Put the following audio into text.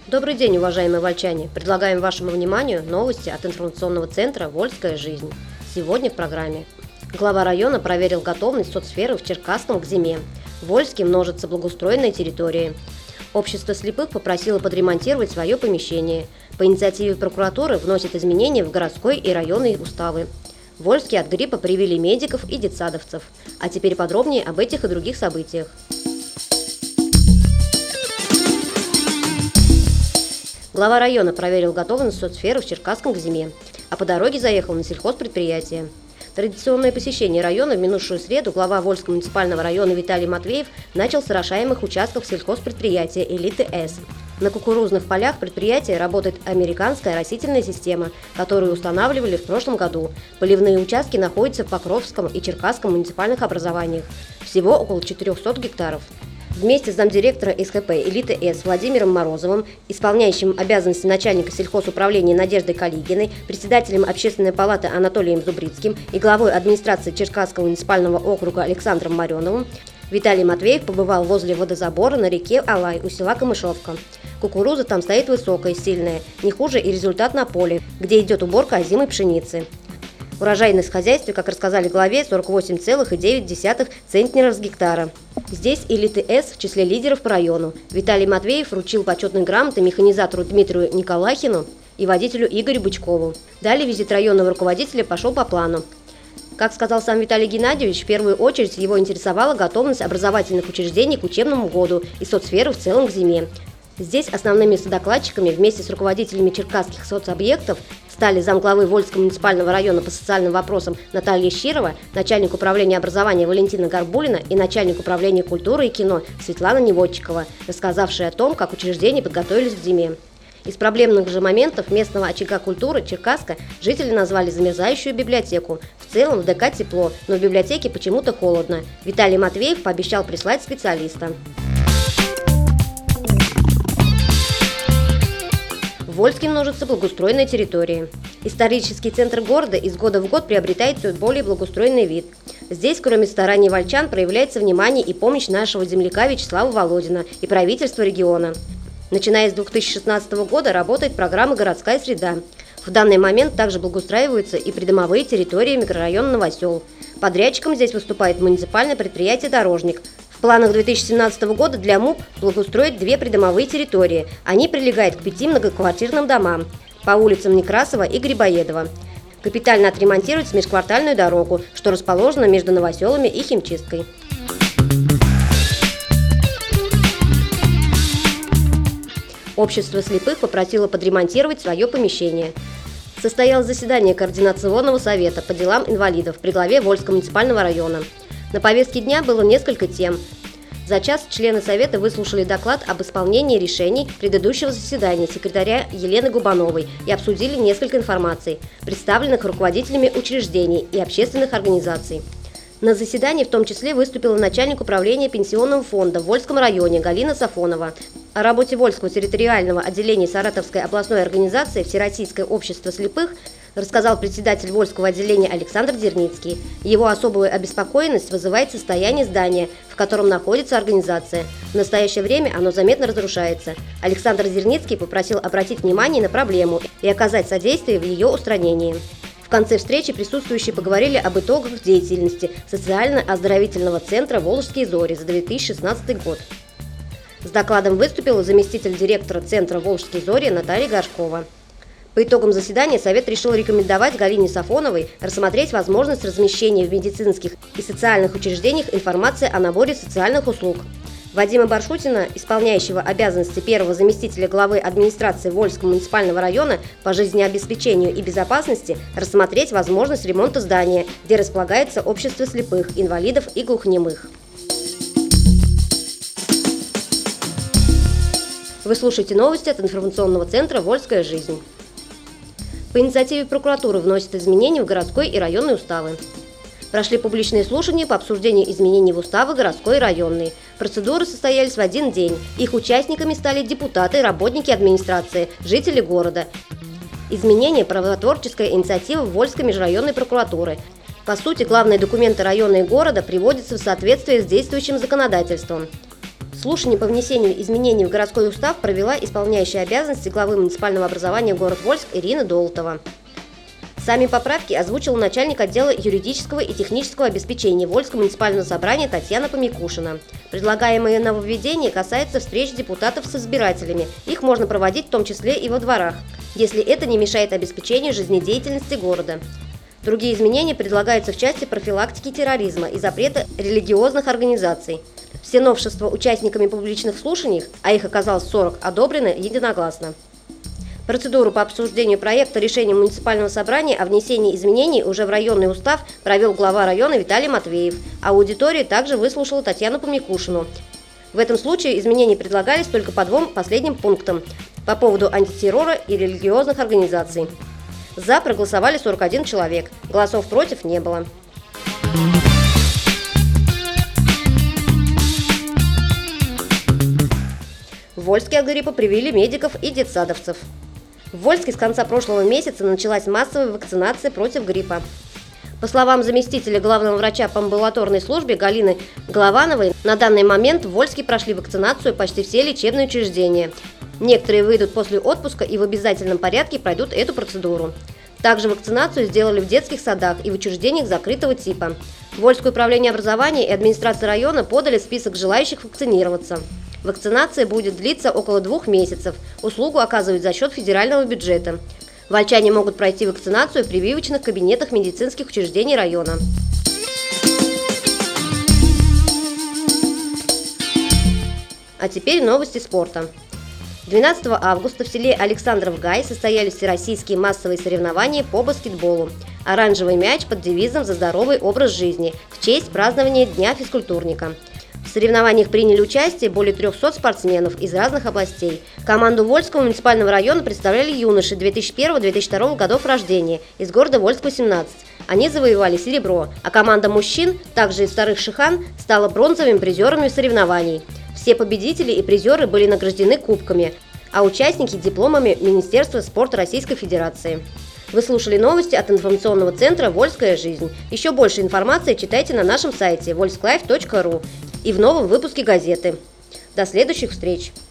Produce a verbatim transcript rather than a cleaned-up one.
Добрый день, уважаемые вольчане! Предлагаем вашему вниманию новости от информационного центра «Вольская жизнь». Сегодня в программе. Глава района проверил готовность соцсферы в Черкасском к зиме. В Вольске множатся благоустроенные территории. Общество слепых попросило подремонтировать свое помещение. По инициативе прокуратуры вносят изменения в городской и районные уставы. В Вольске от гриппа привили медиков и детсадовцев. А теперь подробнее об этих и других событиях. Глава района проверил готовность соцсферы в Черкасском к зиме, а по дороге заехал на сельхозпредприятие. Традиционное посещение района в минувшую среду глава Вольского муниципального района Виталий Матвеев начал с орошаемых участков сельхозпредприятия «Элиты С». На кукурузных полях предприятия работает американская растительная система, которую устанавливали в прошлом году. Поливные участки находятся в Покровском и Черкасском муниципальных образованиях. Всего около четырехсот гектаров. Вместе с замдиректора эс ха пэ «Элиты С» Владимиром Морозовым, исполняющим обязанности начальника сельхозуправления Надеждой Калигиной, председателем Общественной палаты Анатолием Зубрицким и главой администрации Черкасского муниципального округа Александром Мареновым, Виталий Матвеев побывал возле водозабора на реке Алай у села Камышовка. Кукуруза там стоит высокая, сильная, не хуже и результат на поле, где идет уборка озимой пшеницы. Урожайность в хозяйстве, как рассказали главе, сорок восемь целых девять десятых центнеров с гектара. Здесь «Элиты С» в числе лидеров по району. Виталий Матвеев вручил почетные грамоты механизатору Дмитрию Николахину и водителю Игорю Бычкову. Далее визит районного руководителя пошел по плану. Как сказал сам Виталий Геннадьевич, в первую очередь его интересовала готовность образовательных учреждений к учебному году и соцсферы в целом к зиме. Здесь основными содокладчиками вместе с руководителями черкасских соцобъектов стали замглавы Вольского муниципального района по социальным вопросам Наталья Щирова, начальник управления образования Валентина Горбулина и начальник управления культуры и кино Светлана Неводчикова, рассказавшие о том, как учреждения подготовились к зиме. Из проблемных же моментов местного очага культуры Черкасска жители назвали замерзающую библиотеку. В целом в ДК тепло, но в библиотеке почему-то холодно. Виталий Матвеев пообещал прислать специалиста. В Вольске множатся благоустроенные территории. Исторический центр города из года в год приобретает все более благоустроенный вид. Здесь, кроме стараний вольчан, проявляется внимание и помощь нашего земляка Вячеслава Володина и правительства региона. Начиная с две тысячи шестнадцатого года работает программа «Городская среда». В данный момент также благоустраиваются и придомовые территории микрорайона Новосел. Подрядчиком здесь выступает муниципальное предприятие «Дорожник». В планах две тысячи семнадцатого года для МУП благоустроить две придомовые территории. Они прилегают к пяти многоквартирным домам по улицам Некрасова и Грибоедова. Капитально отремонтировать межквартальную дорогу, что расположена между Новоселами и Химчисткой. Общество слепых попросило подремонтировать свое помещение. Состоялось заседание Координационного совета по делам инвалидов при главе Вольского муниципального района. На повестке дня было несколько тем. За час члены совета выслушали доклад об исполнении решений предыдущего заседания секретаря Елены Губановой и обсудили несколько информаций, представленных руководителями учреждений и общественных организаций. На заседании в том числе выступила начальник управления пенсионного фонда в Вольском районе Галина Сафонова. О работе Вольского территориального отделения Саратовской областной организации Всероссийское общество слепых рассказал председатель Вольского отделения Александр Дерницкий. Его особую обеспокоенность вызывает состояние здания, в котором находится организация. В настоящее время оно заметно разрушается. Александр Дерницкий попросил обратить внимание на проблему и оказать содействие в ее устранении. В конце встречи присутствующие поговорили об итогах деятельности социально-оздоровительного центра «Волжские зори» за две тысячи шестнадцатый год. С докладом выступила заместитель директора центра «Волжские зори» Наталья Горшкова. По итогам заседания Совет решил рекомендовать Галине Сафоновой рассмотреть возможность размещения в медицинских и социальных учреждениях информации о наборе социальных услуг. Вадима Баршутина, исполняющего обязанности первого заместителя главы администрации Вольского муниципального района по жизнеобеспечению и безопасности, рассмотреть возможность ремонта здания, где располагается общество слепых, инвалидов и глухонемых. Вы слушаете новости от информационного центра «Вольская жизнь». По инициативе прокуратуры вносят изменения в городской и районные уставы. Прошли публичные слушания по обсуждению изменений в уставы городской и районной. Процедуры состоялись в один день. Их участниками стали депутаты, работники администрации, жители города. Изменения – правотворческая инициатива Вольской межрайонной прокуратуры. По сути, главные документы района и города приводятся в соответствие с действующим законодательством. Слушание по внесению изменений в городской устав провела исполняющая обязанности главы муниципального образования город Вольск Ирина Долотова. Сами поправки озвучил начальник отдела юридического и технического обеспечения Вольского муниципального собрания Татьяна Помикушина. Предлагаемые нововведения касаются встреч депутатов с избирателями. Их можно проводить в том числе и во дворах, если это не мешает обеспечению жизнедеятельности города. Другие изменения предлагаются в части профилактики терроризма и запрета религиозных организаций. Все новшества участниками публичных слушаний, а их оказалось сорок, одобрены единогласно. Процедуру по обсуждению проекта решения муниципального собрания о внесении изменений уже в районный устав провел глава района Виталий Матвеев, а аудитория также выслушала Татьяну Помикушину. В этом случае изменения предлагались только по двум последним пунктам по поводу антитеррора и религиозных организаций. За проголосовали сорок один человек, голосов против не было. В Вольске от гриппа привили медиков и детсадовцев. В Вольске с конца прошлого месяца началась массовая вакцинация против гриппа. По словам заместителя главного врача по амбулаторной службе Галины Головановой, на данный момент в Вольске прошли вакцинацию почти все лечебные учреждения. Некоторые выйдут после отпуска и в обязательном порядке пройдут эту процедуру. Также вакцинацию сделали в детских садах и в учреждениях закрытого типа. Вольское управление образования и администрация района подали список желающих вакцинироваться. Вакцинация будет длиться около двух месяцев. Услугу оказывают за счет федерального бюджета. Вольчане могут пройти вакцинацию в прививочных кабинетах медицинских учреждений района. А теперь новости спорта. двенадцатого августа в селе Александров-Гай состоялись всероссийские массовые соревнования по баскетболу. Оранжевый мяч под девизом «За здоровый образ жизни» в честь празднования Дня физкультурника. В соревнованиях приняли участие более трехсот спортсменов из разных областей. Команду Вольского муниципального района представляли юноши две тысячи первого — две тысячи второго годов рождения из города Вольск восемнадцать. Они завоевали серебро, а команда мужчин, также из вторых Шихан, стала бронзовыми призерами соревнований. Все победители и призеры были награждены кубками, а участники – дипломами Министерства спорта Российской Федерации. Вы слушали новости от информационного центра «Вольская жизнь». Еще больше информации читайте на нашем сайте вольсклайв точка ру и в новом выпуске газеты. До следующих встреч!